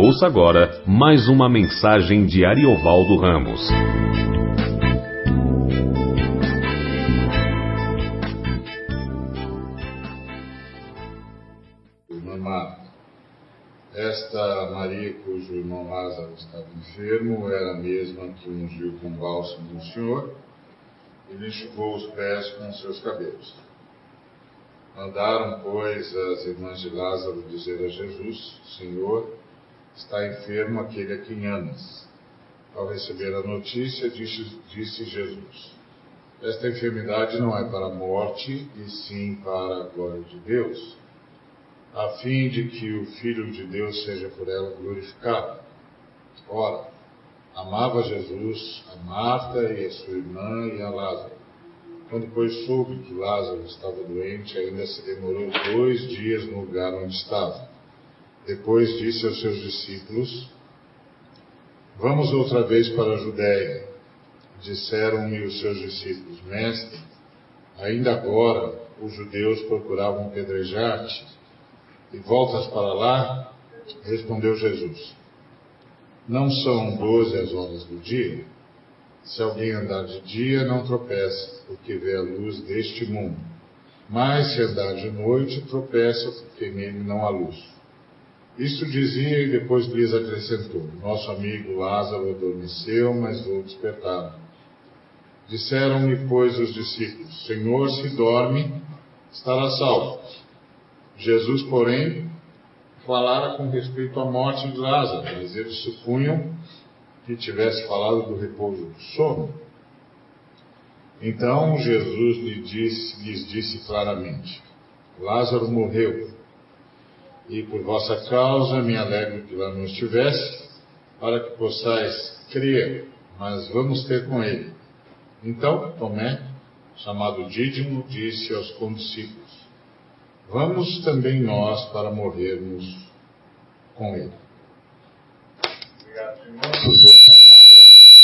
Ouça agora mais uma mensagem de Ariovaldo Ramos. Esta Maria, cujo irmão Lázaro estava enfermo, era a mesma que ungiu com bálsamo do Senhor e lhe enxugou os pés com seus cabelos. Mandaram, pois, as irmãs de Lázaro dizer a Jesus: Senhor, está enfermo aquele a quem amas. Ao receber a notícia, disse Jesus: esta enfermidade não é para a morte, e sim para a glória de Deus, a fim de que o Filho de Deus seja por ela glorificado. Ora, amava Jesus a Marta e a sua irmã e a Lázaro. Quando, pois, soube que Lázaro estava doente, ainda se demorou 2 dias no lugar onde estava. Depois disse aos seus discípulos: vamos outra vez para a Judéia. Disseram-lhe os seus discípulos: Mestre, ainda agora os judeus procuravam apedrejar-te, e voltas para lá? Respondeu Jesus: não são 12 as horas do dia? Se alguém andar de dia, não tropeça, porque vê a luz deste mundo. Mas se andar de noite, tropeça, porque nele não há luz. Isto dizia e depois lhes acrescentou: nosso amigo Lázaro adormeceu, mas vou despertá-lo. Disseram-lhe, pois, os discípulos: Senhor, se dorme, estará salvo. Jesus, porém, falara com respeito à morte de Lázaro, mas eles supunham que tivesse falado do repouso do sono. Então Jesus lhes disse claramente: Lázaro morreu, e por vossa causa me alegro que lá não estivesse, para que possais crer, mas vamos ter com ele. Então Tomé, chamado Dídimo, disse aos condiscípulos: vamos também nós para morrermos com ele. Obrigado, irmão, por tua palavra.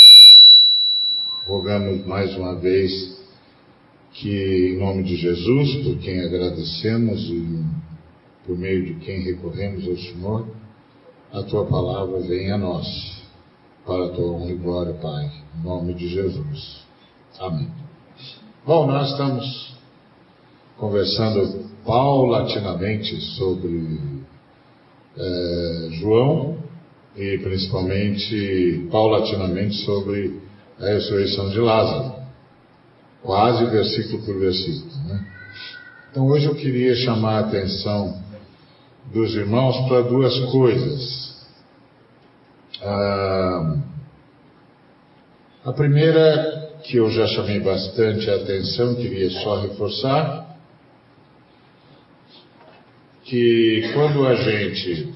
Rogamos mais uma vez que, em nome de Jesus, por quem agradecemos e por meio de quem recorremos ao Senhor, a tua palavra venha a nós, para a tua honra e glória, Pai, em nome de Jesus. Amém. Bom, nós estamos conversando paulatinamente sobre João e principalmente paulatinamente sobre a ressurreição de Lázaro, quase versículo por versículo, né? Então hoje eu queria chamar a atenção dos irmãos para 2 coisas. A primeira, que eu já chamei bastante a atenção, queria só reforçar, que quando a gente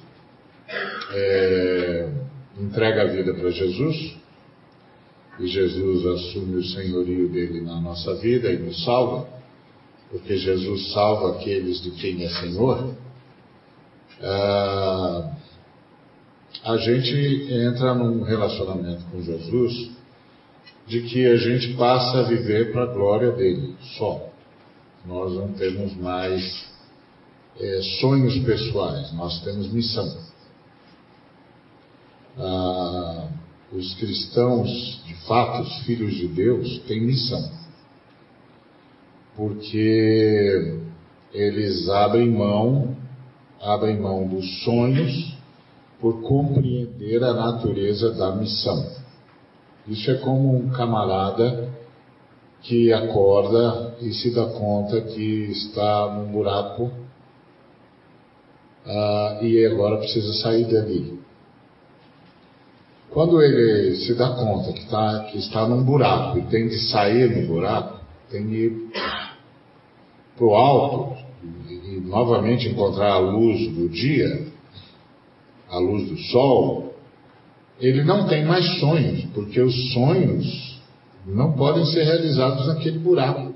entrega a vida para Jesus, e Jesus assume o senhorio dele na nossa vida e nos salva, porque Jesus salva aqueles de quem é Senhor, a gente entra num relacionamento com Jesus de que a gente passa a viver para a glória dele só. Nós não temos mais sonhos pessoais, nós temos missão. Os cristãos, de fato, os filhos de Deus, têm missão, porque eles abrem mão dos sonhos por compreender a natureza da missão. Isso é como um camarada que acorda e se dá conta que está num buraco e agora precisa sair dali. Quando ele se dá conta que está num buraco e tem que sair do buraco, tem que ir para o alto e novamente encontrar a luz do dia, a luz do sol, ele não tem mais sonhos, porque os sonhos não podem ser realizados naquele buraco.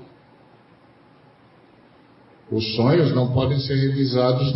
Os sonhos não podem ser realizados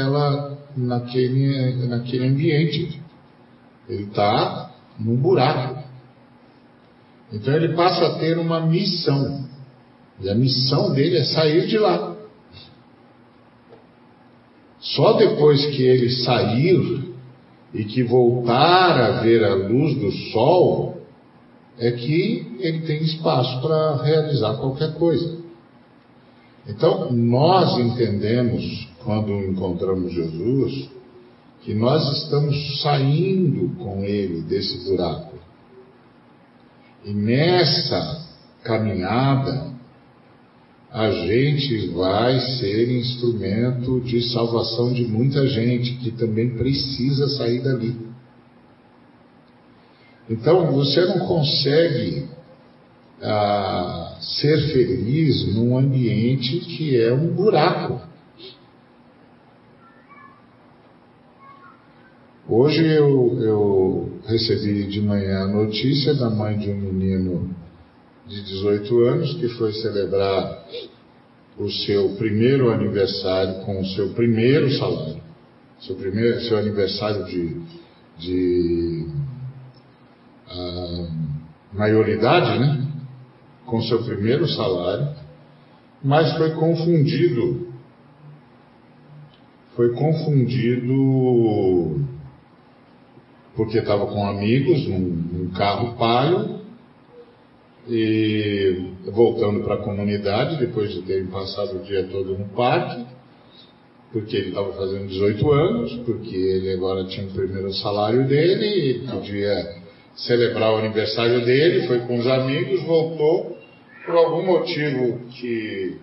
naquele ambiente. Ele está num buraco. Então ele passa a ter uma missão. E a missão dele é sair de lá. Só depois que ele sair e que voltar a ver a luz do sol é que ele tem espaço para realizar qualquer coisa. Então, nós entendemos, quando encontramos Jesus, que nós estamos saindo com ele desse buraco. E nessa caminhada, a gente vai ser instrumento de salvação de muita gente que também precisa sair dali. Então, você não consegue ser feliz num ambiente que é um buraco. Hoje eu recebi de manhã a notícia da mãe de um menino de 18 anos que foi celebrar o seu primeiro aniversário com o seu primeiro salário, seu aniversário de maioridade, né? Com seu primeiro salário, mas foi confundido porque estava com amigos num carro Palio e voltando para a comunidade depois de terem passado o dia todo no parque, porque ele estava fazendo 18 anos, porque ele agora tinha o primeiro salário dele e podia celebrar o aniversário dele, foi com os amigos, voltou por algum motivo que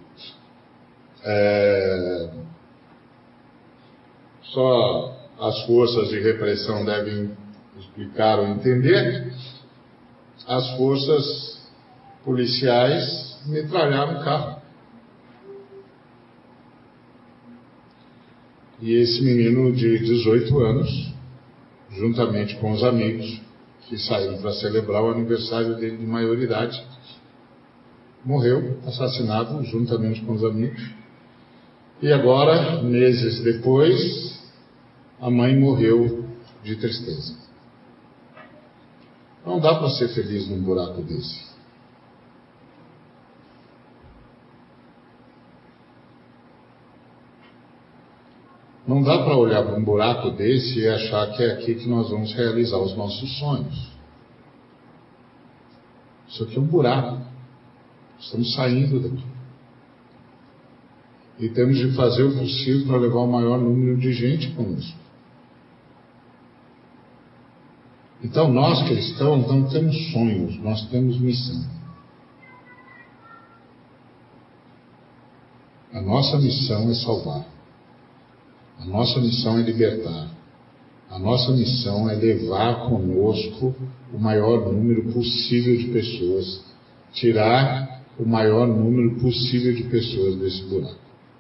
só as forças de repressão devem explicar ou entender. As forças policiais metralharam o carro. E esse menino de 18 anos, juntamente com os amigos que saíram para celebrar o aniversário dele de maioridade, morreu, assassinado juntamente com os amigos. E agora, meses depois, a mãe morreu de tristeza. Não dá para ser feliz num buraco desse. Não dá para olhar para um buraco desse e achar que é aqui que nós vamos realizar os nossos sonhos. Isso aqui é um buraco. Estamos saindo daqui. E temos de fazer o possível para levar o maior número de gente conosco. Então, nós cristãos não temos sonhos, nós temos missão. A nossa missão é salvar. A nossa missão é libertar. A nossa missão é levar conosco o maior número possível de pessoas, tirar o maior número possível de pessoas desse buraco.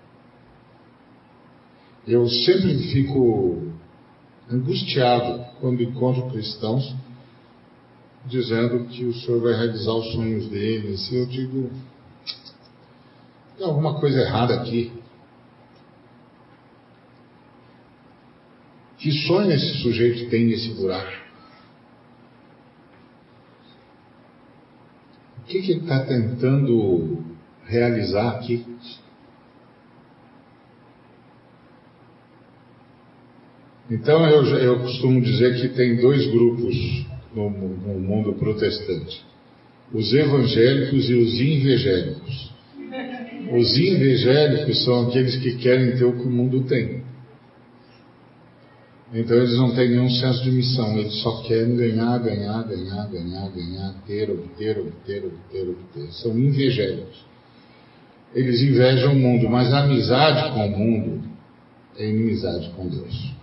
Eu sempre fico angustiado quando encontro cristãos dizendo que o Senhor vai realizar os sonhos deles. E eu digo, tem alguma coisa errada aqui. Que sonho esse sujeito tem nesse buraco? O que ele está tentando realizar aqui? Então eu costumo dizer que tem dois grupos no mundo protestante: os evangélicos e os invegélicos. Os invegélicos são aqueles que querem ter o que o mundo tem. Então eles não têm nenhum senso de missão, eles só querem ganhar, ter, obter. São invegélicos. Eles invejam o mundo, mas a amizade com o mundo é inimizade com Deus.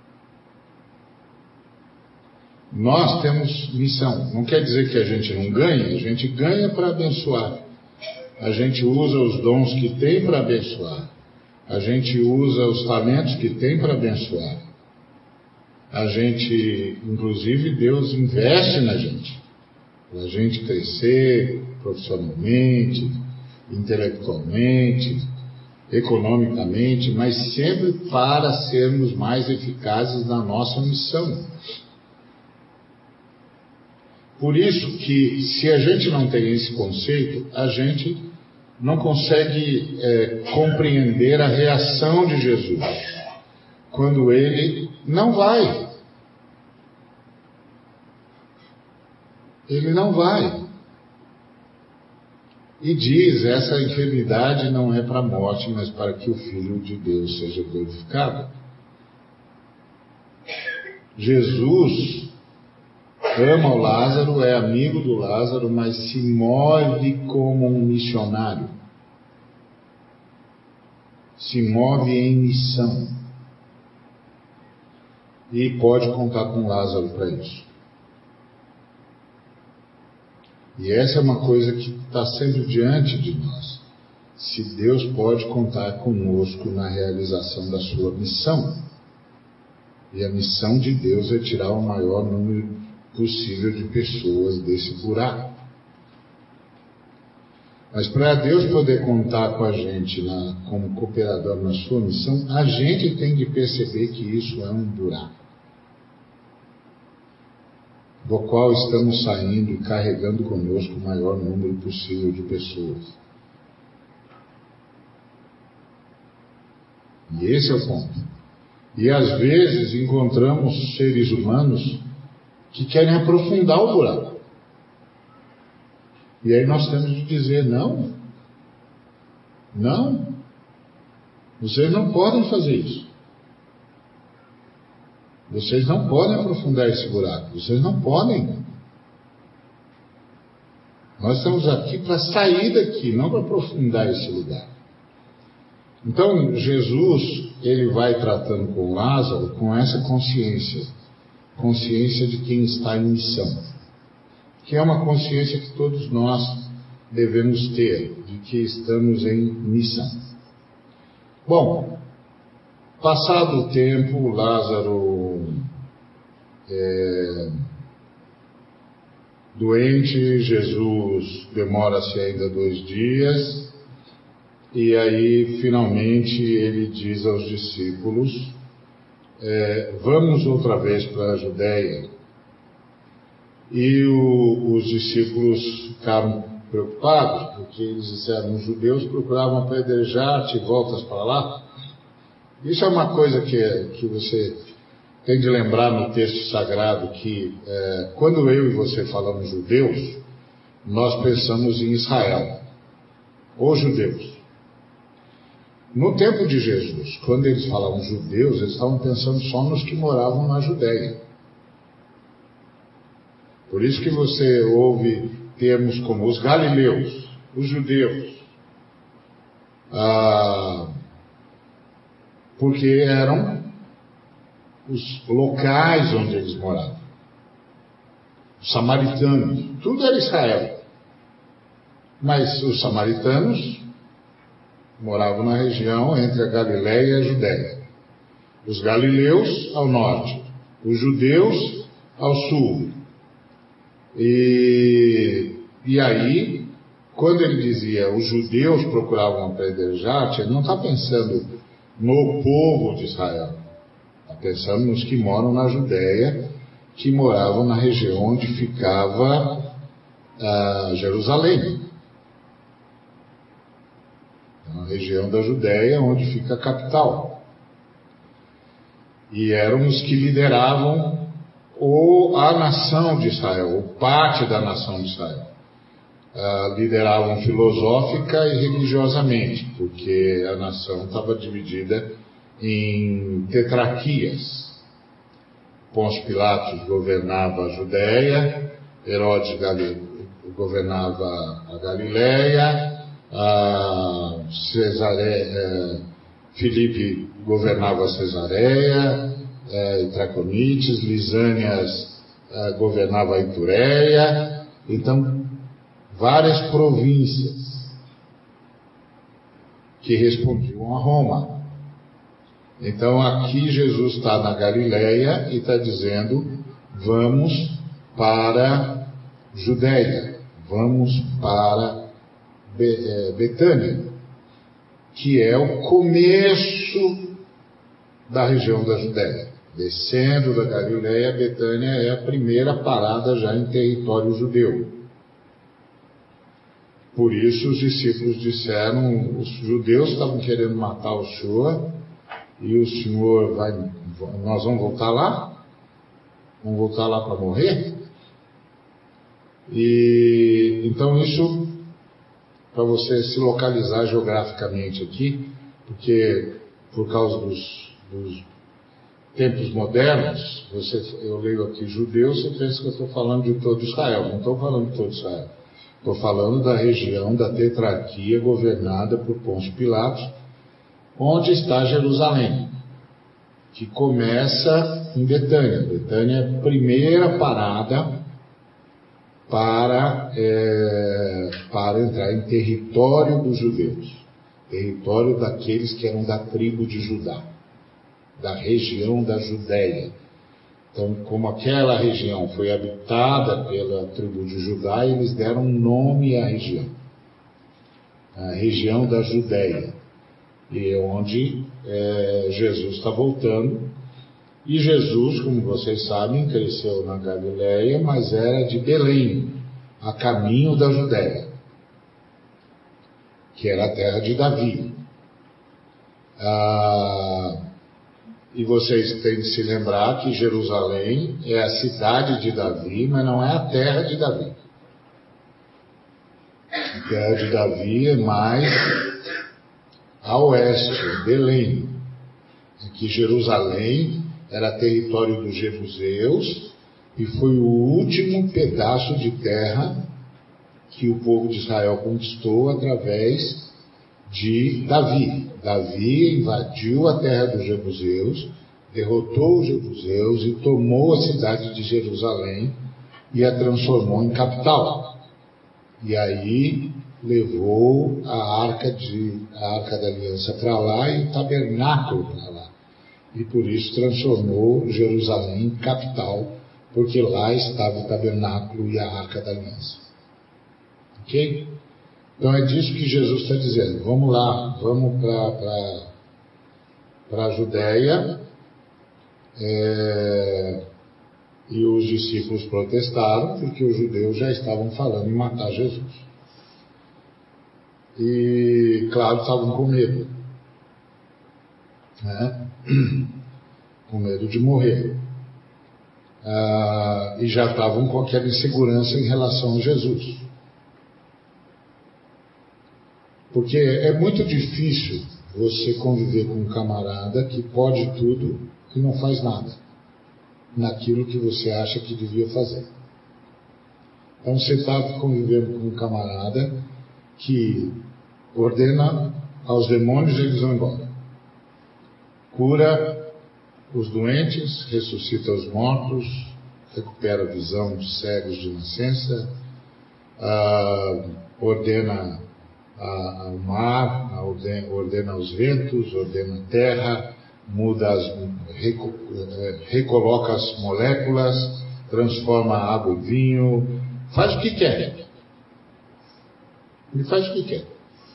Nós temos missão. Não quer dizer que a gente não ganhe, a gente ganha para abençoar. A gente usa os dons que tem para abençoar. A gente usa os talentos que tem para abençoar. A gente, inclusive, Deus investe na gente, para a gente crescer profissionalmente, intelectualmente, economicamente, mas sempre para sermos mais eficazes na nossa missão. Por isso que, se a gente não tem esse conceito, a gente não consegue compreender a reação de Jesus quando ele não vai. Ele não vai. E diz, essa enfermidade não é para a morte, mas para que o Filho de Deus seja glorificado. Jesus ama o Lázaro, é amigo do Lázaro, mas se move como um missionário. Se move em missão. E pode contar com Lázaro para isso. E essa é uma coisa que está sempre diante de nós. Se Deus pode contar conosco na realização da sua missão. E a missão de Deus é tirar o maior número possível de pessoas desse buraco. Mas para Deus poder contar com a gente como cooperador na sua missão, a gente tem de perceber que isso é um buraco, do qual estamos saindo e carregando conosco o maior número possível de pessoas. E esse é o ponto. E às vezes encontramos seres humanos que querem aprofundar o buraco. E aí nós temos de dizer, não, vocês não podem fazer isso. Vocês não podem aprofundar esse buraco, vocês não podem. Nós estamos aqui para sair daqui, não para aprofundar esse lugar. Então, Jesus, ele vai tratando com Lázaro com essa consciência de quem está em missão, que é uma consciência que todos nós devemos ter, de que estamos em missão. Bom, passado o tempo, Lázaro doente, Jesus demora-se ainda 2 dias, e aí finalmente ele diz aos discípulos, vamos outra vez para a Judéia. E os discípulos ficaram preocupados, porque eles disseram, os judeus procuravam apedrejar-te e voltas para lá. Isso é uma coisa que você tem de lembrar no texto sagrado, que quando eu e você falamos judeus, nós pensamos em Israel, os judeus. No tempo de Jesus, quando eles falavam judeus, eles estavam pensando só nos que moravam na Judéia. Por isso que você ouve termos como os galileus, os judeus, porque eram os locais onde eles moravam. Os samaritanos, tudo era Israel. Mas os samaritanos moravam na região entre a Galileia e a Judéia. Os galileus ao norte, os judeus ao sul. E aí, quando ele dizia os judeus procuravam apedrejar-te, ele não está pensando no povo de Israel. Está pensando nos que moram na Judéia, que moravam na região onde ficava Jerusalém. Na região da Judéia, onde fica a capital. E eram os que lideravam a nação de Israel, ou parte da nação de Israel. Lideravam filosófica e religiosamente, porque a nação estava dividida em tetrarquias. Pôncio Pilatos governava a Judéia, Herodes governava a Galileia, Filipe governava a Cesareia, Traconites, Lisânias governava a Itureia. Então, várias províncias que respondiam a Roma. Então aqui Jesus está na Galileia e está dizendo, vamos para Judéia, vamos para Betânia, que é o começo da região da Judéia. Descendo da Galileia, Betânia é a primeira parada já em território judeu. Por isso os discípulos disseram, os judeus estavam querendo matar o Senhor, e o Senhor nós vamos voltar lá? Vamos voltar lá para morrer? E então isso, para você se localizar geograficamente aqui, porque por causa dos tempos modernos, eu leio aqui judeus, você pensa que eu estou falando de todo Israel. Não estou falando de todo Israel. Estou falando da região da tetrarquia governada por Pôncio Pilatos, onde está Jerusalém, que começa em Betânia. Betânia é a primeira parada para entrar em território dos judeus, território daqueles que eram da tribo de Judá, da região da Judéia. Então, como aquela região foi habitada pela tribo de Judá, eles deram nome à região, a região da Judéia, e é onde Jesus está voltando. E Jesus, como vocês sabem, cresceu na Galileia, mas era de Belém, a caminho da Judéia, que era a terra de Davi. E vocês têm de se lembrar que Jerusalém é a cidade de Davi, mas não é a terra de Davi. A terra de Davi é mais a oeste, Belém. Que Jerusalém era território dos jebuseus e foi o último pedaço de terra que o povo de Israel conquistou através de Davi. Davi invadiu a terra dos jebuseus, derrotou os jebuseus e tomou a cidade de Jerusalém e a transformou em capital. E aí levou a arca da aliança para lá e o tabernáculo para lá. E por isso transformou Jerusalém em capital, porque lá estava o tabernáculo e a arca da aliança. Ok? Então é disso que Jesus está dizendo. Vamos lá, vamos para a Judéia. E os discípulos protestaram, porque os judeus já estavam falando em matar Jesus. E, claro, estavam com medo. Né? Com medo de morrer. E já estavam com aquela insegurança em relação a Jesus. Porque é muito difícil você conviver com um camarada que pode tudo e não faz nada naquilo que você acha que devia fazer. Então você está convivendo com um camarada que ordena aos demônios e eles vão embora. Cura os doentes, ressuscita os mortos, recupera a visão dos cegos de nascença, ordena ao mar, ordena os ventos, ordena a terra, recoloca as moléculas, transforma a água em vinho, faz o que quer. Ele faz o que quer.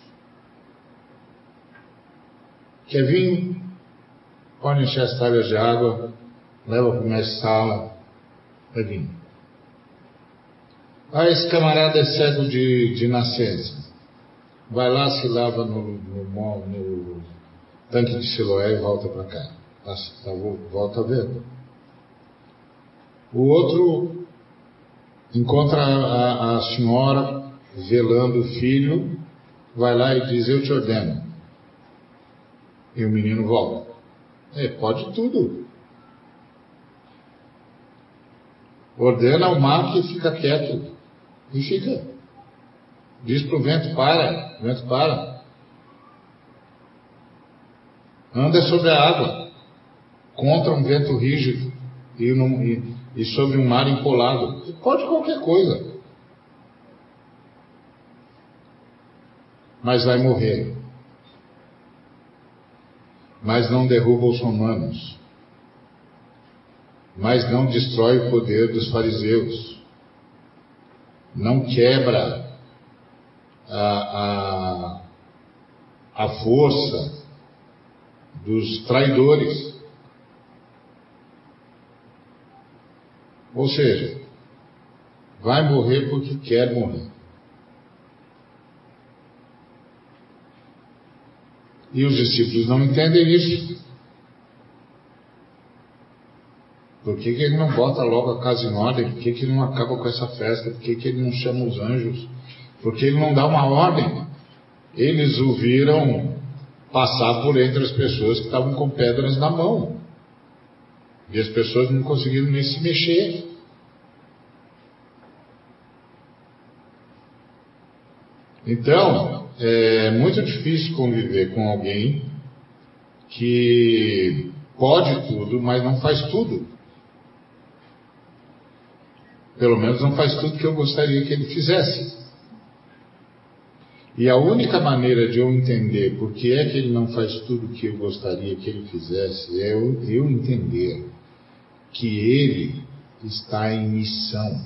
Quer vinho? Pode encher as talhas de água, leva para o mestre-sala, é vinho. Esse camarada é cego de nascença. Vai lá, se lava no tanque de Siloé e volta para cá. Volta vendo. O outro encontra a senhora velando o filho, vai lá e diz: eu te ordeno. E o menino volta. Pode tudo. Ordena ao mar que fica quieto. E fica. Diz para o vento: para. O vento para. Anda sobre a água. Contra um vento rígido. E sobre um mar empolado. Pode qualquer coisa. Mas vai morrer. Mas não derruba os romanos. Mas não destrói o poder dos fariseus. Não quebra a força dos traidores. Ou seja, vai morrer porque quer morrer. E os discípulos não entendem isso. Por que ele não bota logo a casa em ordem? Por que ele não acaba com essa festa? Por que ele não chama os anjos? Por que ele não dá uma ordem? Eles o viram passar por entre as pessoas que estavam com pedras na mão. E as pessoas não conseguiram nem se mexer. Então, é muito difícil conviver com alguém que pode tudo, mas não faz tudo. Pelo menos não faz tudo que eu gostaria que ele fizesse. E a única maneira de eu entender por que é que ele não faz tudo que eu gostaria que ele fizesse é eu entender que ele está em missão.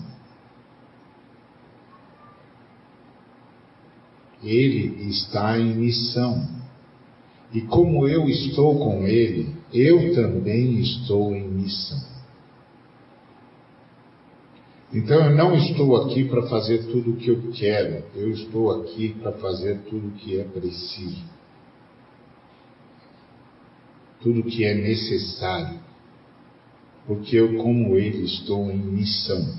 Ele está em missão. E como eu estou com ele, eu também estou em missão. Então eu não estou aqui para fazer tudo o que eu quero, eu estou aqui para fazer tudo o que é preciso, tudo o que é necessário, porque eu, como ele, estou em missão.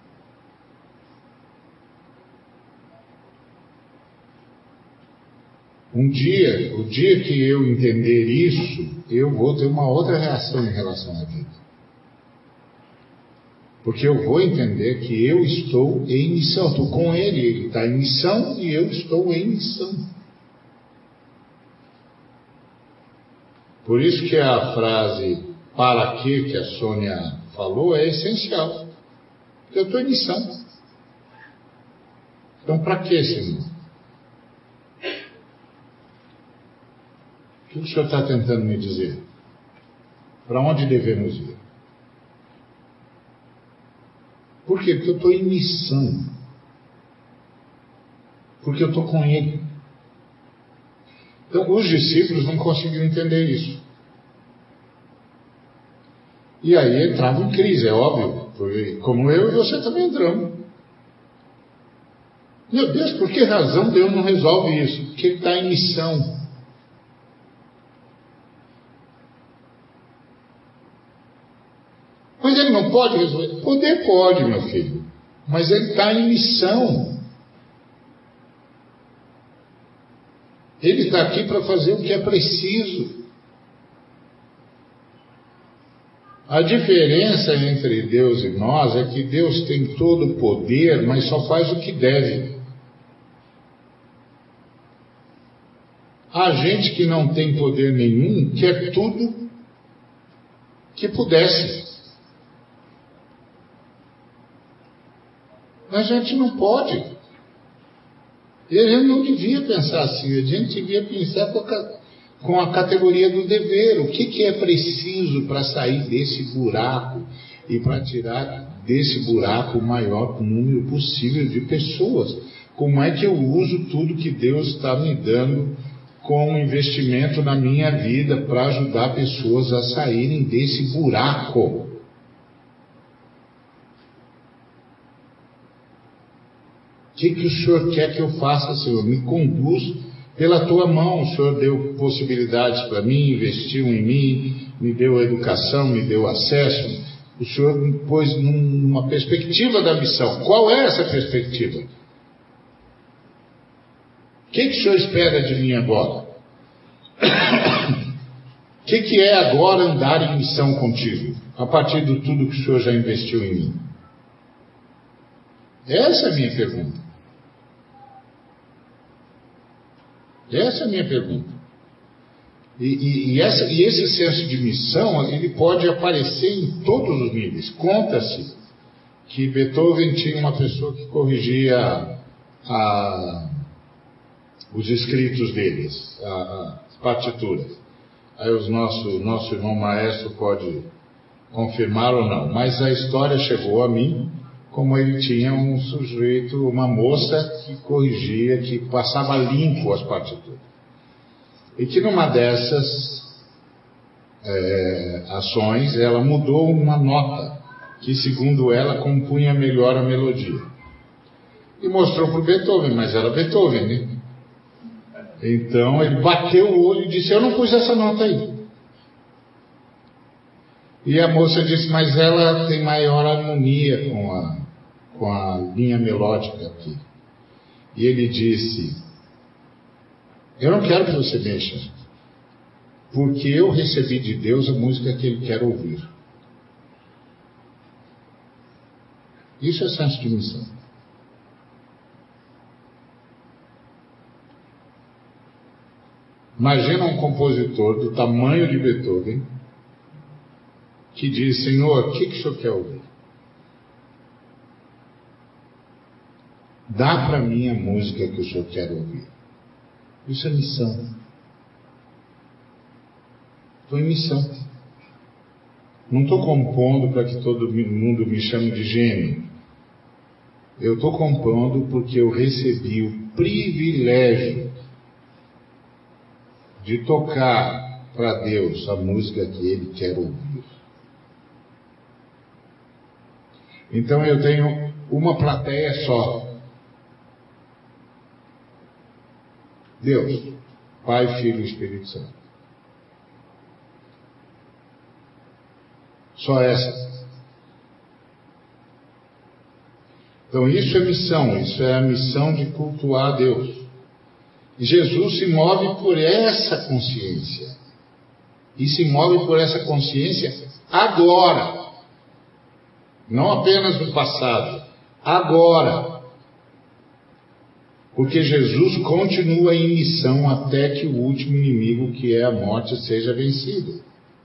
O dia que eu entender isso, eu vou ter uma outra reação em relação à vida. Porque eu vou entender que eu estou em missão. Estou com ele está em missão e eu estou em missão. Por isso que a frase "para quê" que a Sônia falou é essencial. Porque eu estou em missão. Então para quê, Senhor? O que o Senhor está tentando me dizer? Para onde devemos ir? Por quê? Porque eu estou em missão. Porque eu estou com ele. Então, os discípulos não conseguiam entender isso. E aí entravam em crise, é óbvio. Como eu e você também entramos. Meu Deus, por que razão Deus não resolve isso? Porque ele está em missão. Mas ele não pode resolver? Poder pode, meu filho. Mas ele está em missão. Ele está aqui para fazer o que é preciso. A diferença entre Deus e nós é que Deus tem todo o poder, mas só faz o que deve. A gente que não tem poder nenhum quer tudo que pudesse. A gente não pode. E a gente não devia pensar assim. A gente devia pensar com a categoria do dever. O que é preciso para sair desse buraco e para tirar desse buraco o maior número possível de pessoas? Como é que eu uso tudo que Deus está me dando como investimento na minha vida para ajudar pessoas a saírem desse buraco? O que o Senhor quer que eu faça, Senhor? Me conduz pela Tua mão. O Senhor deu possibilidades para mim, investiu em mim, me deu educação, me deu acesso. O Senhor me pôs numa perspectiva da missão. Qual é essa perspectiva? O que o Senhor espera de mim agora? O que é agora andar em missão contigo? A partir de tudo que o Senhor já investiu em mim? Essa é a minha pergunta. Essa é a minha pergunta. E esse senso de missão, ele pode aparecer em todos os níveis. Conta-se que Beethoven tinha uma pessoa que corrigia os escritos deles, as partituras. Aí o nosso irmão maestro pode confirmar ou não. Mas a história chegou a mim como ele tinha um sujeito, uma moça que corrigia, que passava limpo as partituras. E que numa dessas ações, ela mudou uma nota, que segundo ela compunha melhor a melodia. E mostrou para o Beethoven, mas era Beethoven, né? Então ele bateu o olho e disse: eu não pus essa nota aí. E a moça disse, mas ela tem maior harmonia com a linha melódica aqui. E ele disse, eu não quero que você mexa, porque eu recebi de Deus a música que Ele quer ouvir. Isso é senso de missão. Imagina um compositor do tamanho de Beethoven que diz, Senhor, o que o Senhor quer ouvir? Dá para mim a música que o Senhor quer ouvir. Isso é missão. Estou em missão. Não estou compondo para que todo mundo me chame de gênio. Eu estou compondo porque eu recebi o privilégio de tocar para Deus a música que Ele quer ouvir. Então eu tenho uma plateia só. Deus, Pai, Filho e Espírito Santo. Só essa. Então isso é missão, isso é a missão de cultuar a Deus. E Jesus se move por essa consciência. E se move por essa consciência agora. Não apenas no passado, agora. Porque Jesus continua em missão até que o último inimigo, que é a morte, seja vencido.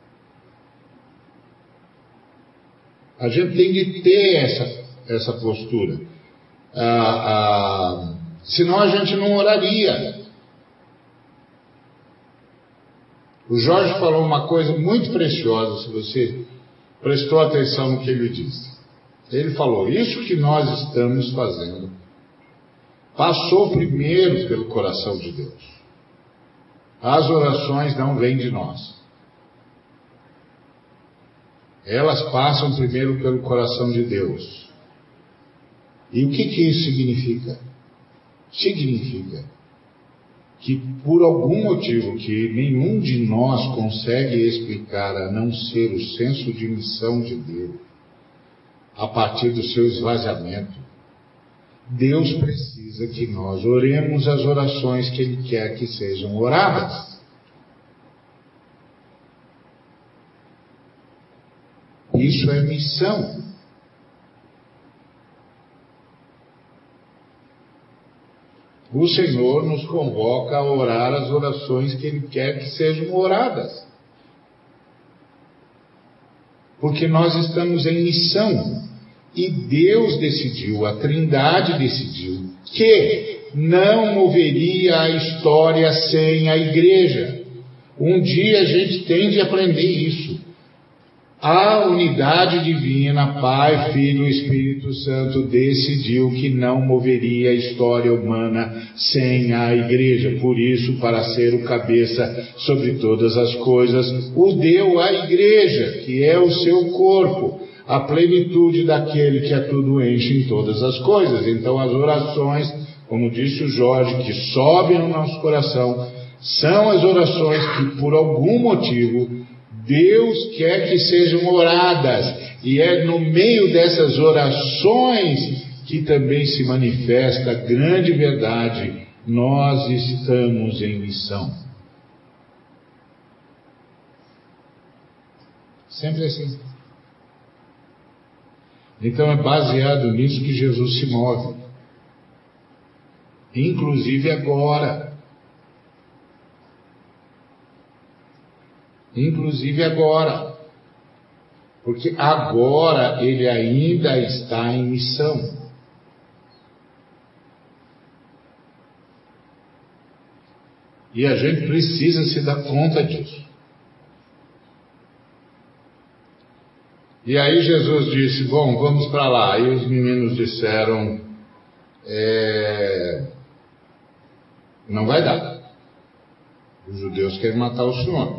A gente tem de ter essa postura. Senão a gente não oraria. O Jorge falou uma coisa muito preciosa, se você prestou atenção no que ele disse. Ele falou, isso que nós estamos fazendo passou primeiro pelo coração de Deus. As orações não vêm de nós. Elas passam primeiro pelo coração de Deus. E o que isso significa? Significa que por algum motivo que nenhum de nós consegue explicar a não ser o senso de missão de Deus, a partir do seu esvaziamento, Deus precisa que nós oremos as orações que Ele quer que sejam oradas. Isso é missão. O Senhor nos convoca a orar as orações que Ele quer que sejam oradas. Porque nós estamos em missão. E Deus decidiu, a Trindade decidiu, que não moveria a história sem a igreja. Um dia a gente tem de aprender isso. A unidade divina, Pai, Filho e Espírito Santo, decidiu que não moveria a história humana sem a igreja. Por isso, para ser o cabeça sobre todas as coisas, o deu à igreja, que é o seu corpo, a plenitude daquele que a tudo enche em todas as coisas. Então as orações, como disse o Jorge, que sobem no nosso coração, são as orações que por algum motivo Deus quer que sejam oradas, e é no meio dessas orações que também se manifesta a grande verdade: nós estamos em missão. Sempre assim. Então é baseado nisso que Jesus se move, inclusive agora. Inclusive agora, porque agora Ele ainda está em missão. E a gente precisa se dar conta disso. E aí Jesus disse, bom, vamos para lá. Aí os meninos disseram, não vai dar. Os judeus querem matar o Senhor.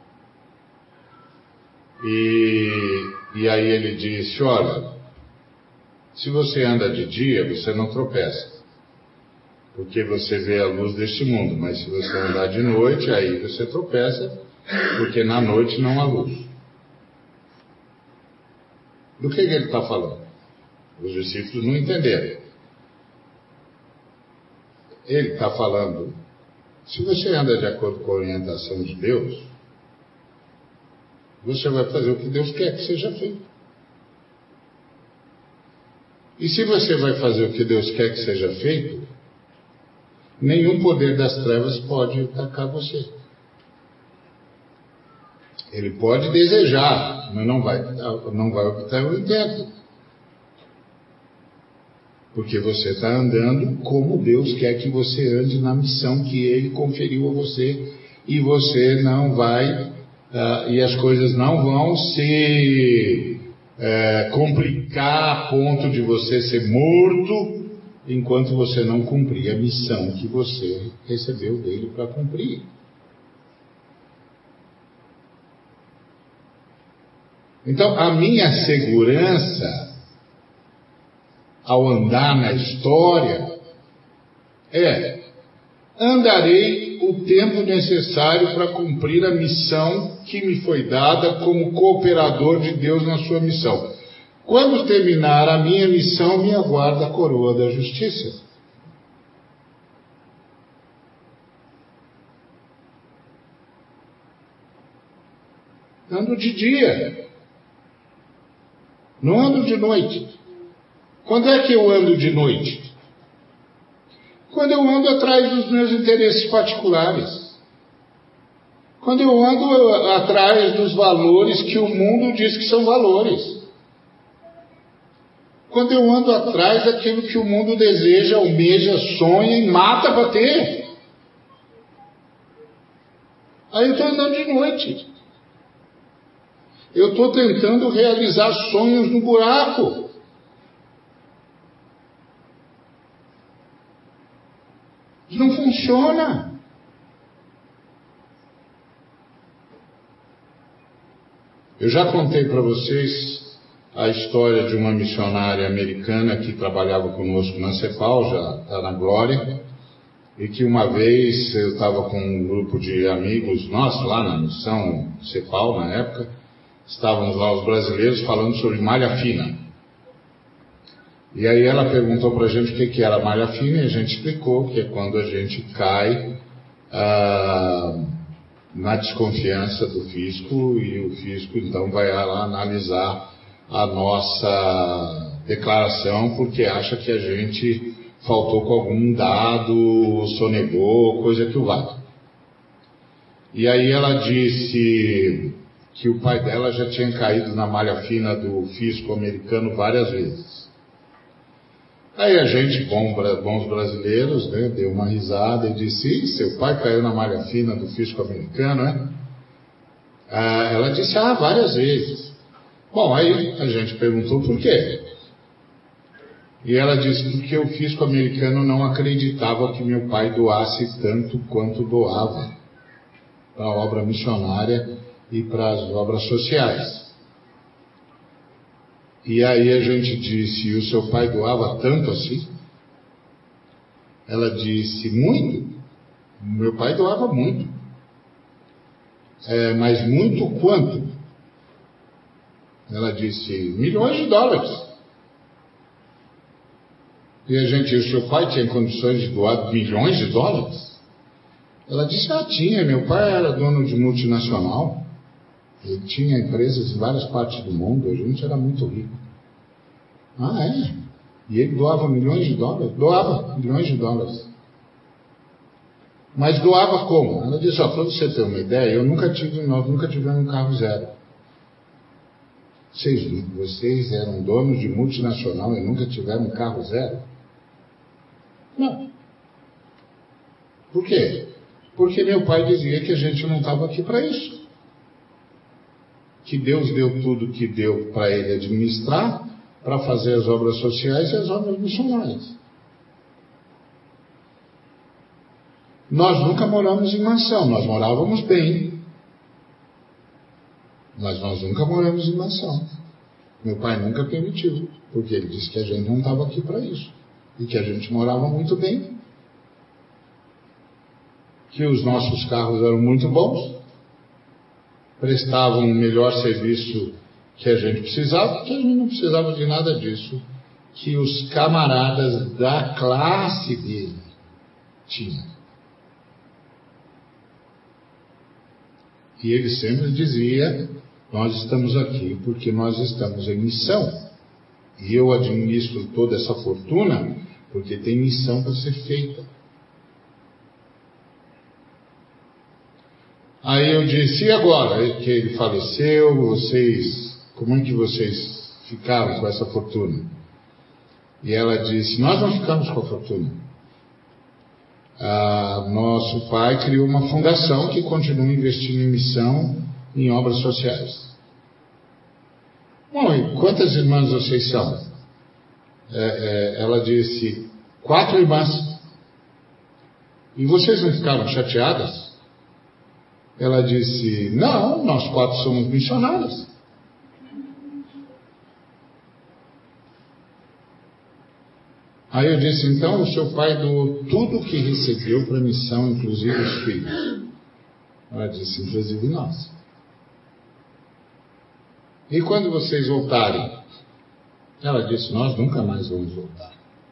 E aí ele disse, olha, se você anda de dia, você não tropeça, porque você vê a luz deste mundo, mas se você andar de noite, aí você tropeça, porque na noite não há luz. Do que ele está falando? Os discípulos não entenderam. Ele está falando, se você anda de acordo com a orientação de Deus, você vai fazer o que Deus quer que seja feito. E se você vai fazer o que Deus quer que seja feito, nenhum poder das trevas pode atacar você. Ele pode desejar, mas não vai obter o intento. Porque você está andando como Deus quer que você ande na missão que Ele conferiu a você. E você não vai, e as coisas não vão se complicar a ponto de você ser morto enquanto você não cumprir a missão que você recebeu dele para cumprir. Então, a minha segurança ao andar na história andarei o tempo necessário para cumprir a missão que me foi dada como cooperador de Deus na sua missão. Quando terminar a minha missão, me aguarda a coroa da justiça. Ando de dia, não ando de noite. Quando é que eu ando de noite? Quando eu ando atrás dos meus interesses particulares. Quando eu ando atrás dos valores que o mundo diz que são valores. Quando eu ando atrás daquilo que o mundo deseja, almeja, sonha e mata para ter. Aí eu estou andando de noite. Eu estou tentando realizar sonhos no buraco. Não funciona. Eu já contei para vocês a história de uma missionária americana que trabalhava conosco na CEPAL, já está na glória, e que uma vez eu estava com um grupo de amigos nossos lá na missão CEPAL na época, estávamos lá os brasileiros falando sobre malha fina. E aí ela perguntou para a gente o que era malha fina, e a gente explicou que é quando a gente cai na desconfiança do fisco, e o fisco então vai lá analisar a nossa declaração porque acha que a gente faltou com algum dado, sonegou, coisa que o valha. E aí ela disse que o pai dela já tinha caído na malha fina do fisco americano várias vezes. Aí a gente, bons brasileiros, né, deu uma risada e disse: seu pai caiu na malha fina do fisco americano, né? Ela disse: várias vezes. Bom, aí a gente perguntou por quê. E ela disse porque o fisco americano não acreditava que meu pai doasse tanto quanto doava para a obra missionária e para as obras sociais. E aí a gente disse: e o seu pai doava tanto assim? Ela disse: muito. Meu pai doava muito. Mas muito quanto? Ela disse: milhões de dólares. E a gente disse: o seu pai tinha condições de doar milhões de dólares? Ela disse: tinha. Meu pai era dono de multinacional. Ele tinha empresas em várias partes do mundo. A gente era muito rico. É? E ele doava milhões de dólares? Doava milhões de dólares. Mas doava como? Ela disse: para você ter uma ideia, nós nunca tivemos um carro zero. Vocês eram donos de multinacional e nunca tiveram um carro zero? Não. Por quê? Porque meu pai dizia que a gente não estava aqui para isso. Que Deus deu tudo que deu para ele administrar, para fazer as obras sociais e as obras missionárias. Nós nunca moramos em mansão, nós morávamos bem. Mas nós nunca moramos em mansão. Meu pai nunca permitiu, porque ele disse que a gente não estava aqui para isso. E que a gente morava muito bem. Que os nossos carros eram muito bons. Prestavam o melhor serviço que a gente precisava, porque a gente não precisava de nada disso que os camaradas da classe dele tinham. E ele sempre dizia: nós estamos aqui porque nós estamos em missão. E eu administro toda essa fortuna porque tem missão para ser feita. Aí eu disse: e agora que ele faleceu, como é que vocês ficaram com essa fortuna? E ela disse: nós não ficamos com a fortuna. Nosso pai criou uma fundação que continua investindo em missão, em obras sociais. Bom, e quantas irmãs vocês são? Ela disse: 4 irmãs. E vocês não ficaram chateadas? Ela disse: não, nós 4 somos missionários. Aí eu disse: então o seu pai doou tudo o que recebeu para a missão, inclusive os filhos. Ela disse: inclusive nós. E quando vocês voltarem? Ela disse: nós nunca mais vamos voltar.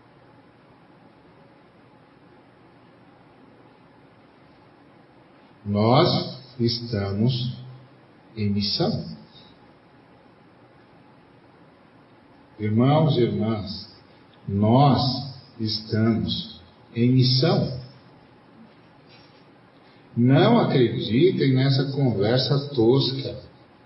Nós estamos em missão. Irmãos e irmãs, nós estamos em missão. Não acreditem nessa conversa tosca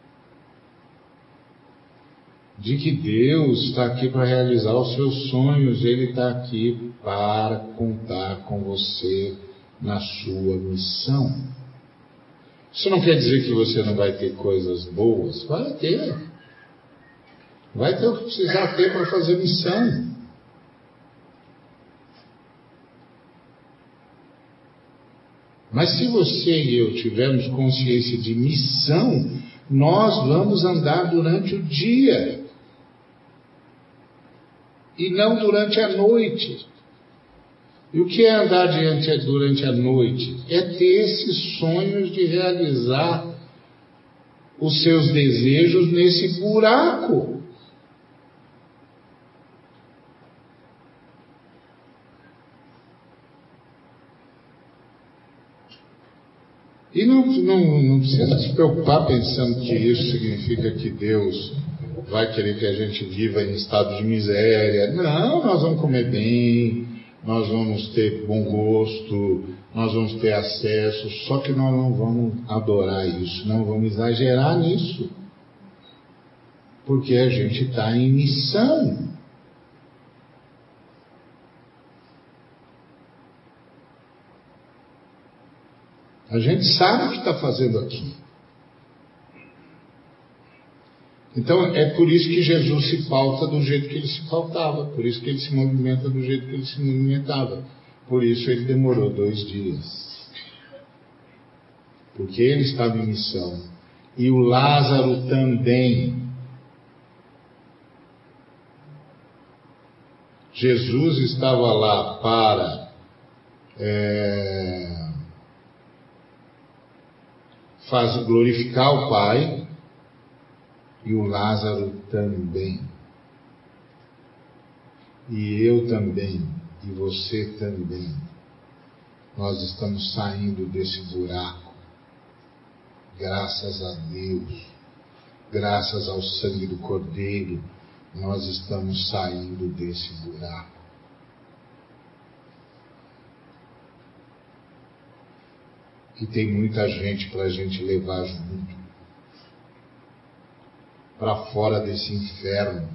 de que Deus está aqui para realizar os seus sonhos. Ele está aqui para contar com você na sua missão. Isso não quer dizer que você não vai ter coisas boas. Vai ter. Vai ter o que precisar ter para fazer missão. Mas se você e eu tivermos consciência de missão, nós vamos andar durante o dia e não durante a noite. E o que é andar durante a noite? É ter esses sonhos de realizar os seus desejos nesse buraco. E não precisa se preocupar pensando que isso significa que Deus vai querer que a gente viva em estado de miséria. Não, nós vamos comer bem, nós vamos ter bom gosto, nós vamos ter acesso, só que nós não vamos adorar isso, não vamos exagerar nisso. Porque a gente está em missão. A gente sabe o que está fazendo aqui. Então é por isso que Jesus se pauta do jeito que ele se pautava, por isso que ele se movimenta do jeito que ele se movimentava. Por isso ele demorou 2 dias. Porque ele estava em missão. E o Lázaro também. Jesus estava lá para glorificar o Pai, e o Lázaro também. E eu também, e você também. Nós estamos saindo desse buraco, graças a Deus, graças ao sangue do Cordeiro, nós estamos saindo desse buraco. E tem muita gente para a gente levar junto, para fora desse inferno.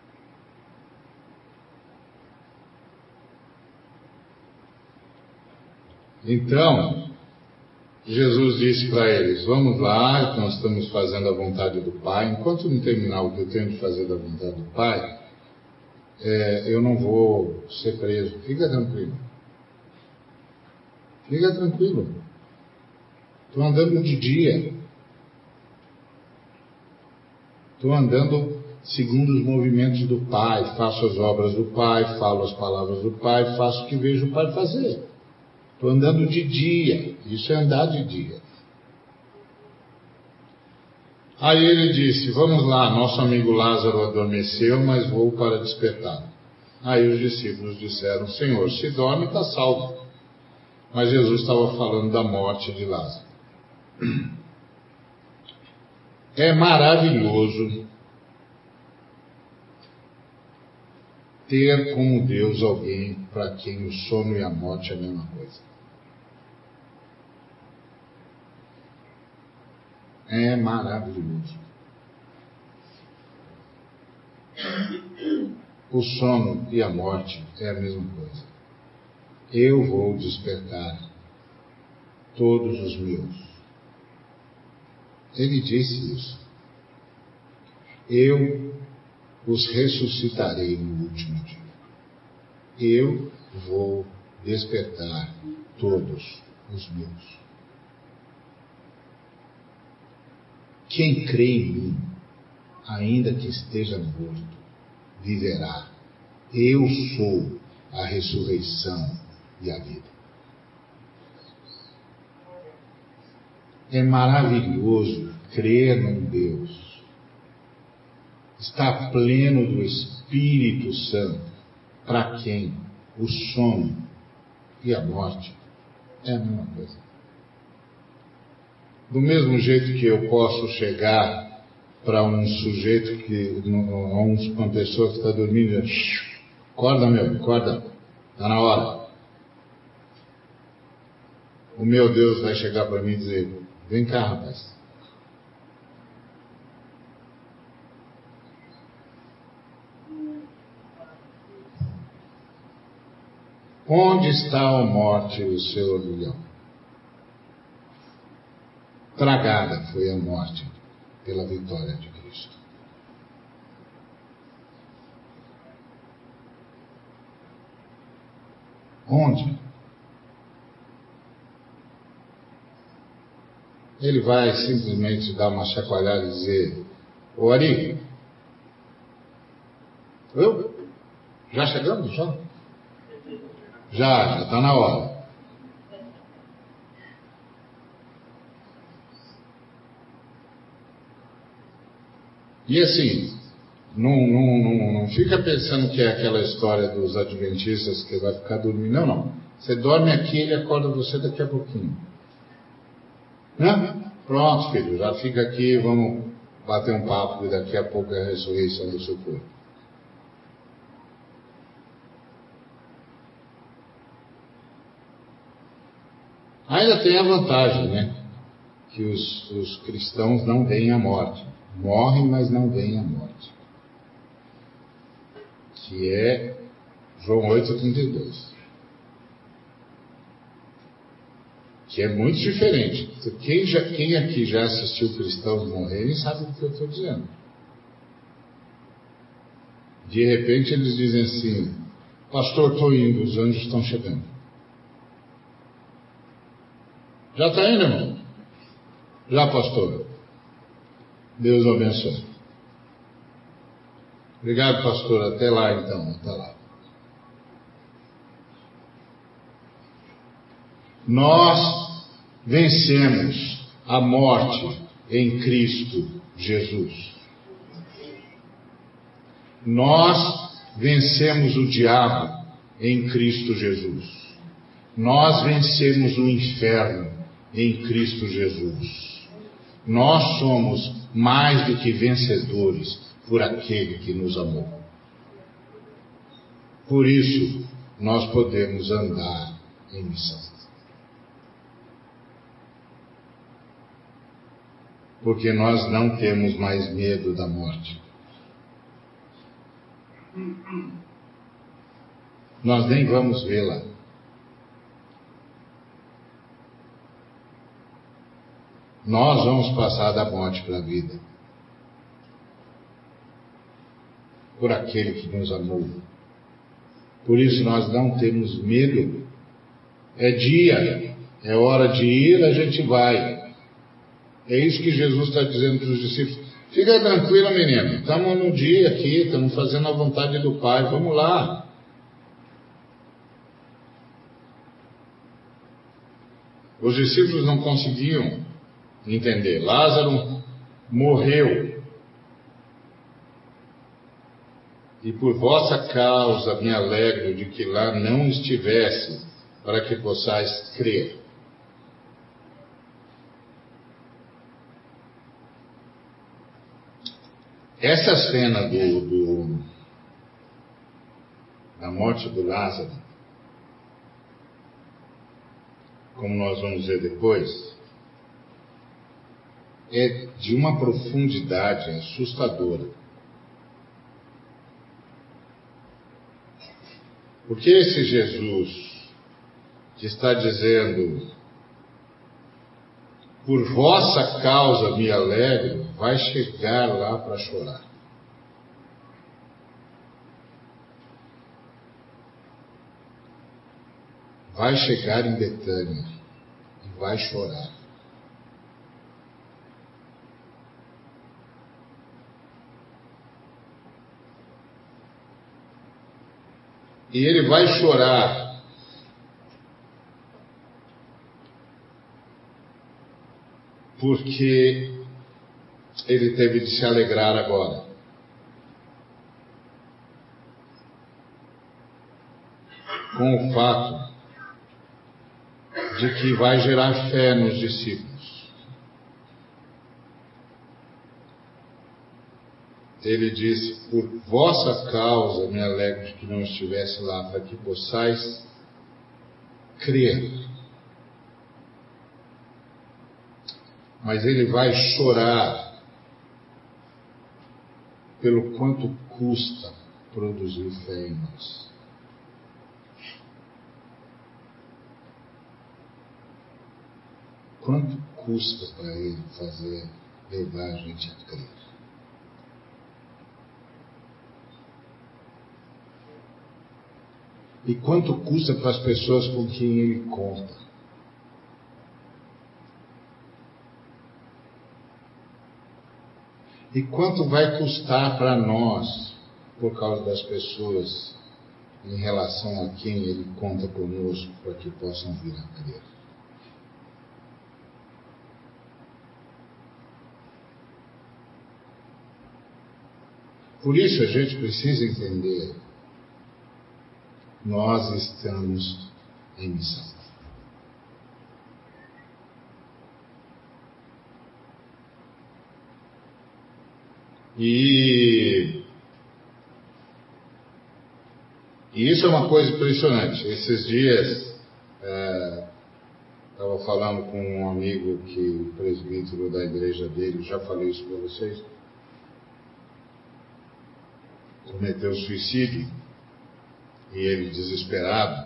Então, Jesus disse para eles: vamos lá, nós estamos fazendo a vontade do Pai. Enquanto não terminar o que eu tenho de fazer da vontade do Pai, eu não vou ser preso. Fica tranquilo. Fica tranquilo. Estou andando de dia. Estou andando segundo os movimentos do Pai. Faço as obras do Pai, falo as palavras do Pai, faço o que vejo o Pai fazer. Estou andando de dia. Isso é andar de dia. Aí ele disse: vamos lá, nosso amigo Lázaro adormeceu, mas vou para despertá-lo. Aí os discípulos disseram: Senhor, se dorme, está salvo. Mas Jesus estava falando da morte de Lázaro. É maravilhoso ter como Deus alguém para quem o sono e a morte é a mesma coisa. É maravilhoso. O sono e a morte é a mesma coisa. Eu vou despertar todos os meus. Ele disse isso. Eu os ressuscitarei no último dia. Eu vou despertar todos os meus. Quem crê em mim, ainda que esteja morto, viverá. Eu sou a ressurreição e a vida. É maravilhoso crer num Deus. Estar pleno do Espírito Santo, para quem o sono e a morte é a mesma coisa. Do mesmo jeito que eu posso chegar para um sujeito uma pessoa que está dormindo, acorda meu, acorda, está na hora. O meu Deus vai chegar para mim e dizer: vem cá, rapaz. Onde está a morte, o seu orgulhão? Tragada foi a morte pela vitória de Cristo. Onde? Ele vai simplesmente dar uma chacoalhada e dizer: ô Ari, já chegamos? Já está na hora. E assim, não fica pensando que é aquela história dos adventistas que vai ficar dormindo. Não. Você dorme aqui e ele acorda você daqui a pouquinho. Né? Pronto, filho, já fica aqui, vamos bater um papo e daqui a pouco é a ressurreição do seu corpo. Ainda tem a vantagem, né? Que os cristãos não veem a morte. Morrem, mas não veem a morte. Que é João 8,32. Que é muito diferente. Quem aqui já assistiu cristãos morrerem sabe do que eu estou dizendo. De repente eles dizem assim: pastor, estou indo, os anjos estão chegando. Já está indo, irmão? Já, pastor? Deus abençoe. Obrigado, pastor. Até lá, então. Até lá. Nós vencemos a morte em Cristo Jesus. Nós vencemos o diabo em Cristo Jesus. Nós vencemos o inferno em Cristo Jesus. Nós somos mais do que vencedores por aquele que nos amou. Por isso, nós podemos andar em missão. Porque nós não temos mais medo da morte. Nós nem vamos vê-la. Nós vamos passar da morte para a vida. Por aquele que nos amou. Por isso nós não temos medo. É dia, é hora de ir, a gente vai. É isso que Jesus está dizendo para os discípulos. Fica tranquilo, menino. Estamos no dia aqui, estamos fazendo a vontade do Pai. Vamos lá. Os discípulos não conseguiam entender. Lázaro morreu, e por vossa causa me alegro de que lá não estivesse, para que possais crer. Essa cena da morte do Lázaro, como nós vamos ver depois, é de uma profundidade assustadora. Porque esse Jesus que está dizendo, por vossa causa me alegro, vai chegar lá para chorar. Vai chegar em Betânia e vai chorar. E ele vai chorar porque ele teve de se alegrar agora. Com o fato de que vai gerar fé nos discípulos. Ele disse, por vossa causa me alegro de que não estivesse lá, para que possais crer. Mas ele vai chorar pelo quanto custa produzir fé em nós. Quanto custa para ele levar a gente a crer? E quanto custa para as pessoas com quem ele conta? E quanto vai custar para nós, por causa das pessoas, em relação a quem ele conta conosco, para que possam vir a crer? Por isso a gente precisa entender, nós estamos em missão. E isso é uma coisa impressionante. Esses dias, estava falando com um amigo que o presbítero da igreja dele, já falei isso para vocês, cometeu suicídio, e ele desesperado,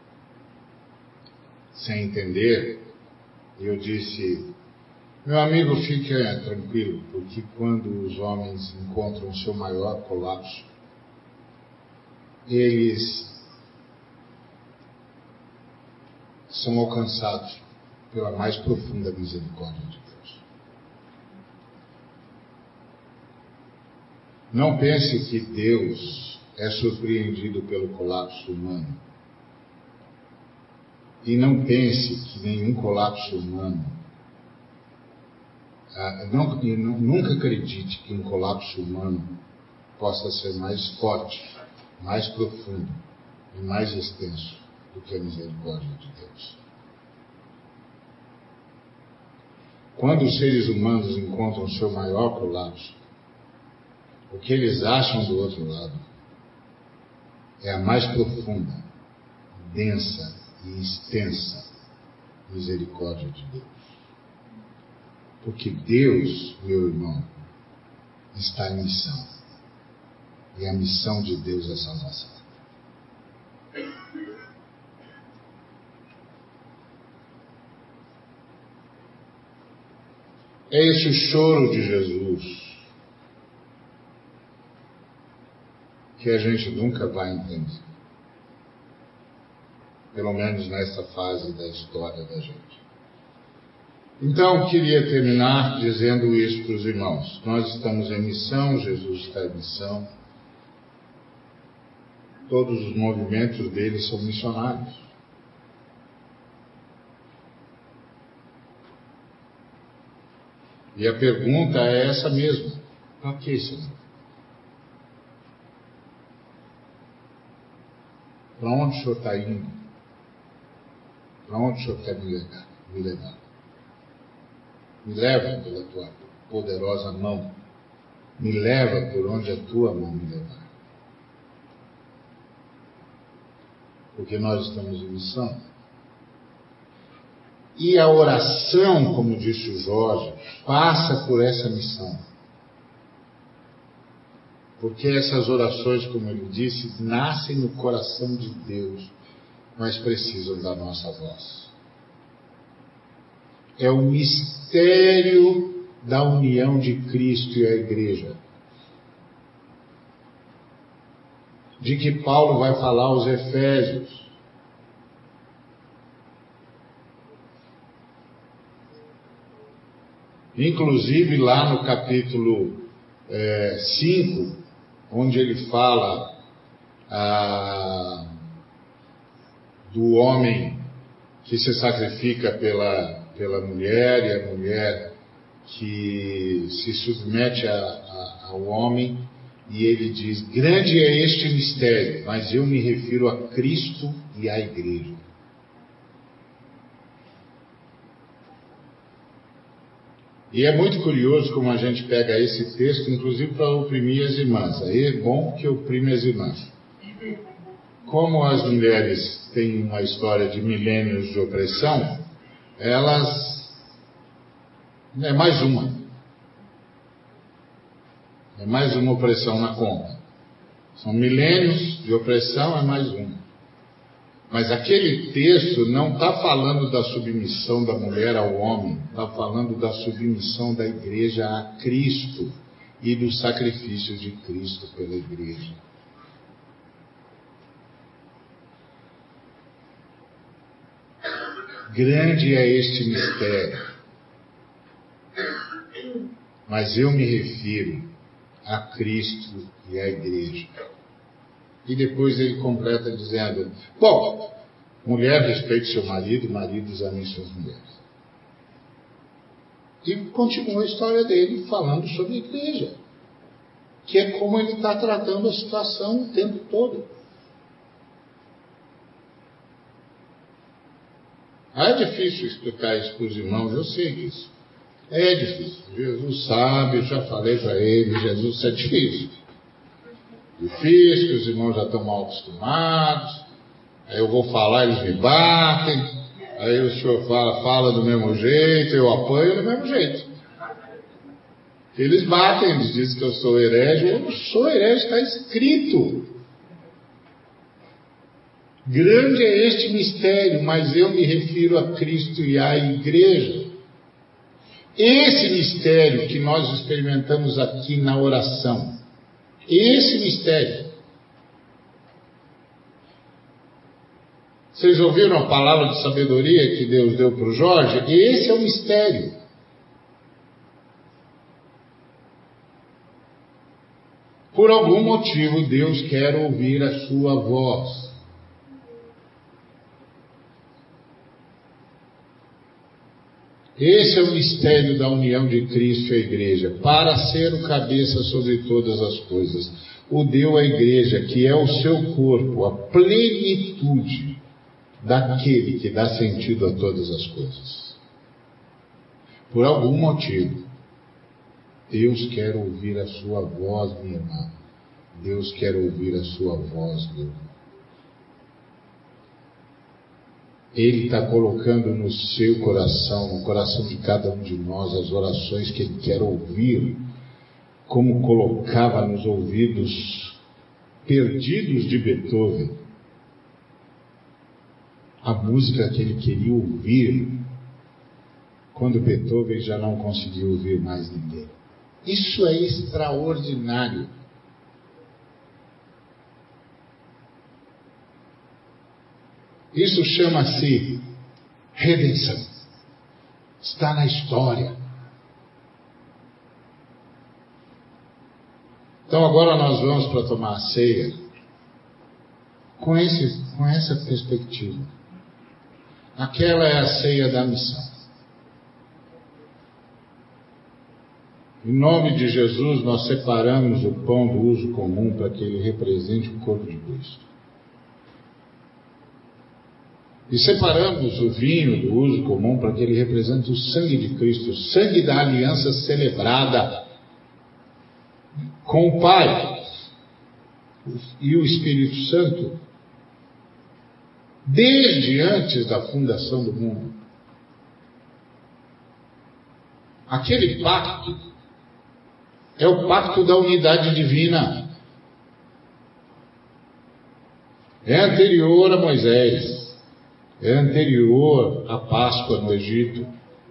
sem entender, e eu disse, meu amigo, fique tranquilo, porque quando os homens encontram o seu maior colapso, eles são alcançados pela mais profunda misericórdia de Deus. Não pense que Deus é surpreendido pelo colapso humano. E não pense que nenhum colapso humano, nunca acredite que um colapso humano possa ser mais forte, mais profundo e mais extenso do que a misericórdia de Deus. Quando os seres humanos encontram o seu maior colapso, o que eles acham do outro lado é a mais profunda, densa e extensa misericórdia de Deus. Porque Deus, meu irmão, está em missão. E a missão de Deus é salvação. É esse o choro de Jesus que a gente nunca vai entender. Pelo menos nessa fase da história da gente. Então, queria terminar dizendo isso para os irmãos. Nós estamos em missão, Jesus está em missão. Todos os movimentos dele são missionários. E a pergunta é essa mesma: para que, Senhor? Para onde o Senhor está indo? Para onde o Senhor quer me levar? Me leva pela tua poderosa mão. Me leva por onde a tua mão me levar. Porque nós estamos em missão. E a oração, como disse o Jorge, passa por essa missão. Porque essas orações, como ele disse, nascem no coração de Deus, mas precisam da nossa voz. É o mistério da união de Cristo e a Igreja, de que Paulo vai falar aos Efésios. Inclusive lá no capítulo 5, onde ele fala do homem que se sacrifica pela mulher, e a mulher que se submete ao homem, e ele diz: grande é este mistério, mas eu me refiro a Cristo e à Igreja. E é muito curioso como a gente pega esse texto, inclusive para oprimir as irmãs. Aí é bom que oprime as irmãs. Como as mulheres têm uma história de milênios de opressão, elas... é mais uma. É mais uma opressão na conta. São milênios de opressão, é mais uma. Mas aquele texto não está falando da submissão da mulher ao homem, está falando da submissão da igreja a Cristo e do sacrifício de Cristo pela igreja. Grande é este mistério, mas eu me refiro a Cristo e à igreja. E depois ele completa dizendo: bom, mulher respeite seu marido, maridos amem suas mulheres. E continua a história dele falando sobre a igreja, que é como ele está tratando a situação o tempo todo. É difícil explicar isso para os irmãos, eu sei disso. É difícil. Jesus sabe, eu já falei para ele, Jesus é difícil. Difícil, que os irmãos já estão mal acostumados. Aí eu vou falar, eles me batem. Aí o senhor fala do mesmo jeito, eu apanho do mesmo jeito. Eles batem, eles dizem que eu sou herege. Eu não sou herege, está escrito. Grande é este mistério, mas eu me refiro a Cristo e à igreja. Esse mistério que nós experimentamos aqui na oração, esse mistério. Vocês ouviram a palavra de sabedoria que Deus deu para o Jorge? Esse é o mistério. Por algum motivo, Deus quer ouvir a sua voz. Esse é o mistério da união de Cristo e a igreja, para ser o cabeça sobre todas as coisas. O deu à igreja, que é o seu corpo, a plenitude daquele que dá sentido a todas as coisas. Por algum motivo, Deus quer ouvir a sua voz, minha irmã. Deus quer ouvir a sua voz, meu irmão. Ele está colocando no seu coração, no coração de cada um de nós, as orações que Ele quer ouvir, como colocava nos ouvidos perdidos de Beethoven a música que ele queria ouvir, quando Beethoven já não conseguiu ouvir mais ninguém. Isso é extraordinário. Isso chama-se redenção. Está na história. Então agora nós vamos para tomar a ceia com essa perspectiva. Aquela é a ceia da missão. Em nome de Jesus, nós separamos o pão do uso comum para que ele represente o corpo de Cristo. E separamos o vinho do uso comum para que ele represente o sangue de Cristo, o sangue da aliança celebrada com o Pai e o Espírito Santo, desde antes da fundação do mundo. Aquele pacto é o pacto da unidade divina. É anterior a Moisés. É anterior à Páscoa no Egito.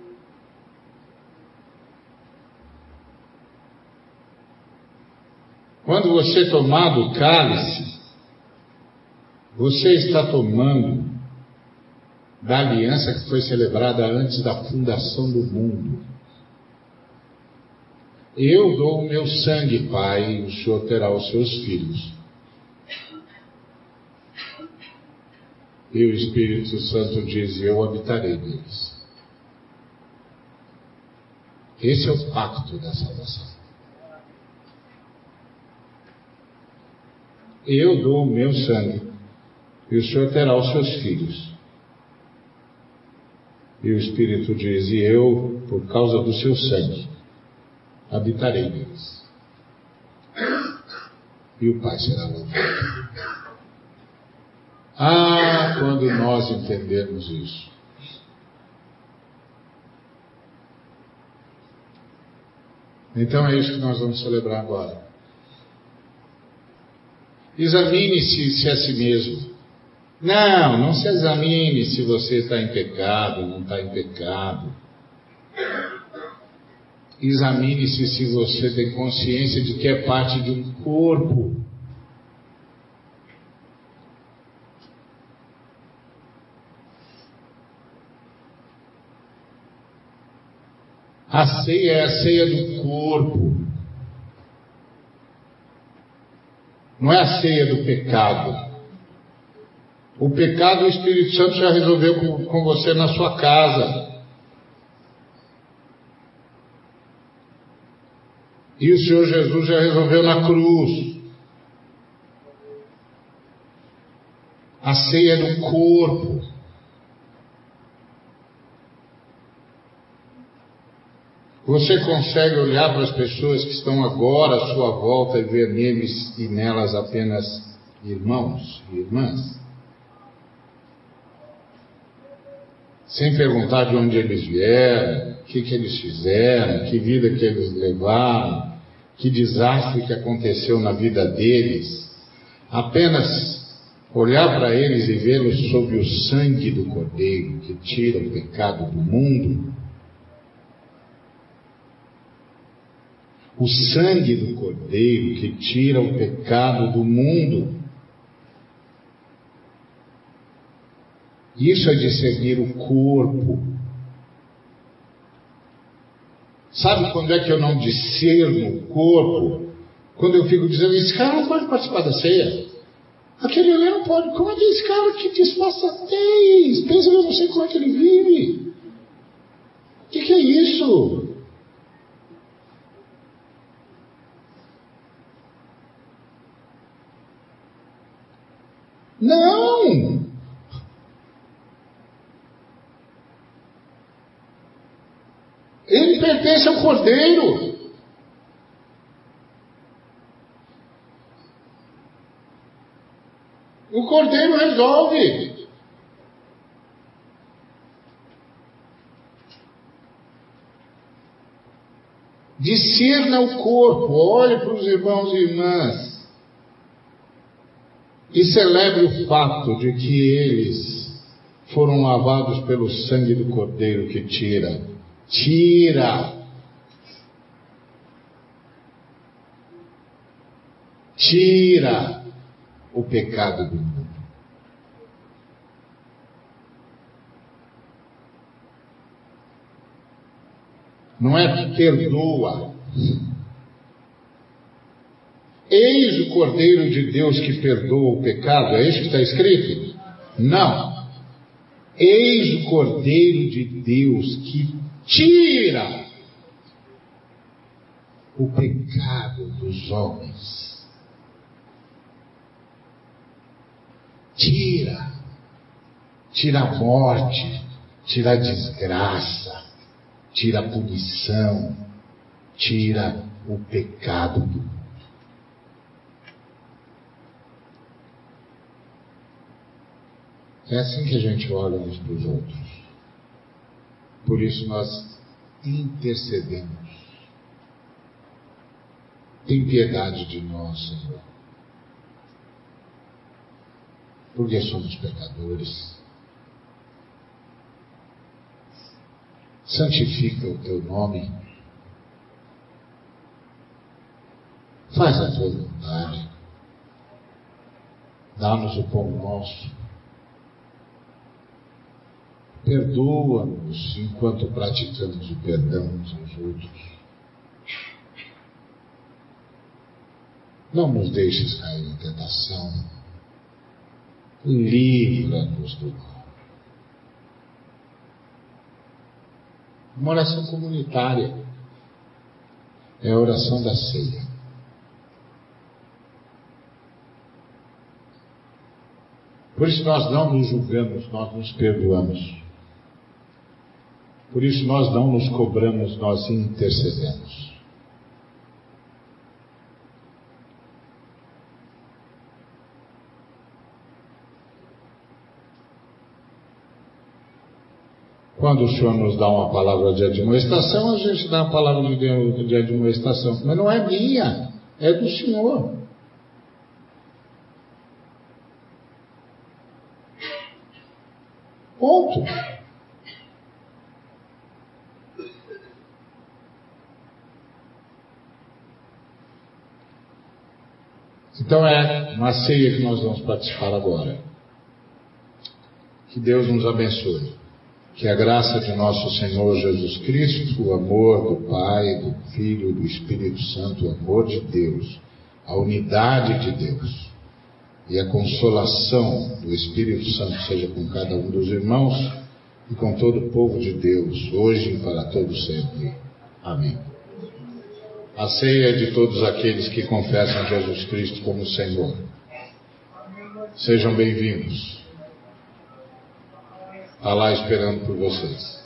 Quando você tomar do cálice, você está tomando da aliança que foi celebrada antes da fundação do mundo. Eu dou o meu sangue, Pai, e o Senhor terá os seus filhos. E o Espírito Santo diz, eu habitarei neles. Esse é o pacto da salvação. Eu dou o meu sangue, e o Senhor terá os seus filhos. E o Espírito diz, e eu, por causa do seu sangue, habitarei neles. E o Pai será louvado. Ah, quando nós entendermos isso. Então é isso que nós vamos celebrar agora. Examine-se a si mesmo. Não se examine se você está em pecado, não está em pecado. Examine-se se você tem consciência de que é parte de um corpo. A ceia é a ceia do corpo. Não é a ceia do pecado. O pecado o Espírito Santo já resolveu com você na sua casa. E o Senhor Jesus já resolveu na cruz. A ceia é do corpo. Você consegue olhar para as pessoas que estão agora à sua volta e ver neles e nelas apenas irmãos e irmãs? Sem perguntar de onde eles vieram, o que eles fizeram, que vida que eles levaram, que desastre que aconteceu na vida deles. Apenas olhar para eles e vê-los sob o sangue do Cordeiro que tira o pecado do mundo. O sangue do Cordeiro que tira o pecado do mundo. Isso é discernir o corpo. Sabe quando é que eu não discerno o corpo? Quando eu fico dizendo, esse cara não pode participar da ceia. Aquele ali não pode. Como é que esse cara que desfaçatez? Pensa que eu não sei como é que ele vive. O que é isso? Não! Ele pertence ao Cordeiro. O Cordeiro resolve. Discerna o corpo, olhe para os irmãos e irmãs. E celebre o fato de que eles foram lavados pelo sangue do Cordeiro que tira o pecado do mundo. Não é perdoa. Eis o Cordeiro de Deus que perdoa o pecado. É isso que está escrito? Não. Eis o Cordeiro de Deus que tira o pecado dos homens. Tira a morte, tira a desgraça, tira a punição, tira o pecado do mundo. É assim que a gente olha uns para os outros. Por isso nós intercedemos. Tem piedade de nós, Senhor. Porque somos pecadores. Santifica o teu nome. Faz a tua vontade. Dá-nos o pão nosso. Perdoa-nos enquanto praticamos o perdão uns aos outros. Não nos deixes cair em tentação. Livra-nos do mal. Uma oração comunitária é a oração da ceia. Por isso nós não nos julgamos, nós nos perdoamos. Por isso nós não nos cobramos, nós intercedemos. Quando o Senhor nos dá uma palavra de admoestação, a gente dá uma palavra de admoestação. Mas não é minha, é do Senhor. Ponto. Então é na ceia que nós vamos participar agora. Que Deus nos abençoe. Que a graça de nosso Senhor Jesus Cristo, o amor do Pai, do Filho e do Espírito Santo, o amor de Deus, a unidade de Deus e a consolação do Espírito Santo seja com cada um dos irmãos e com todo o povo de Deus, hoje e para todo sempre. Amém. A ceia é de todos aqueles que confessam Jesus Cristo como Senhor. Sejam bem-vindos. Está lá esperando por vocês.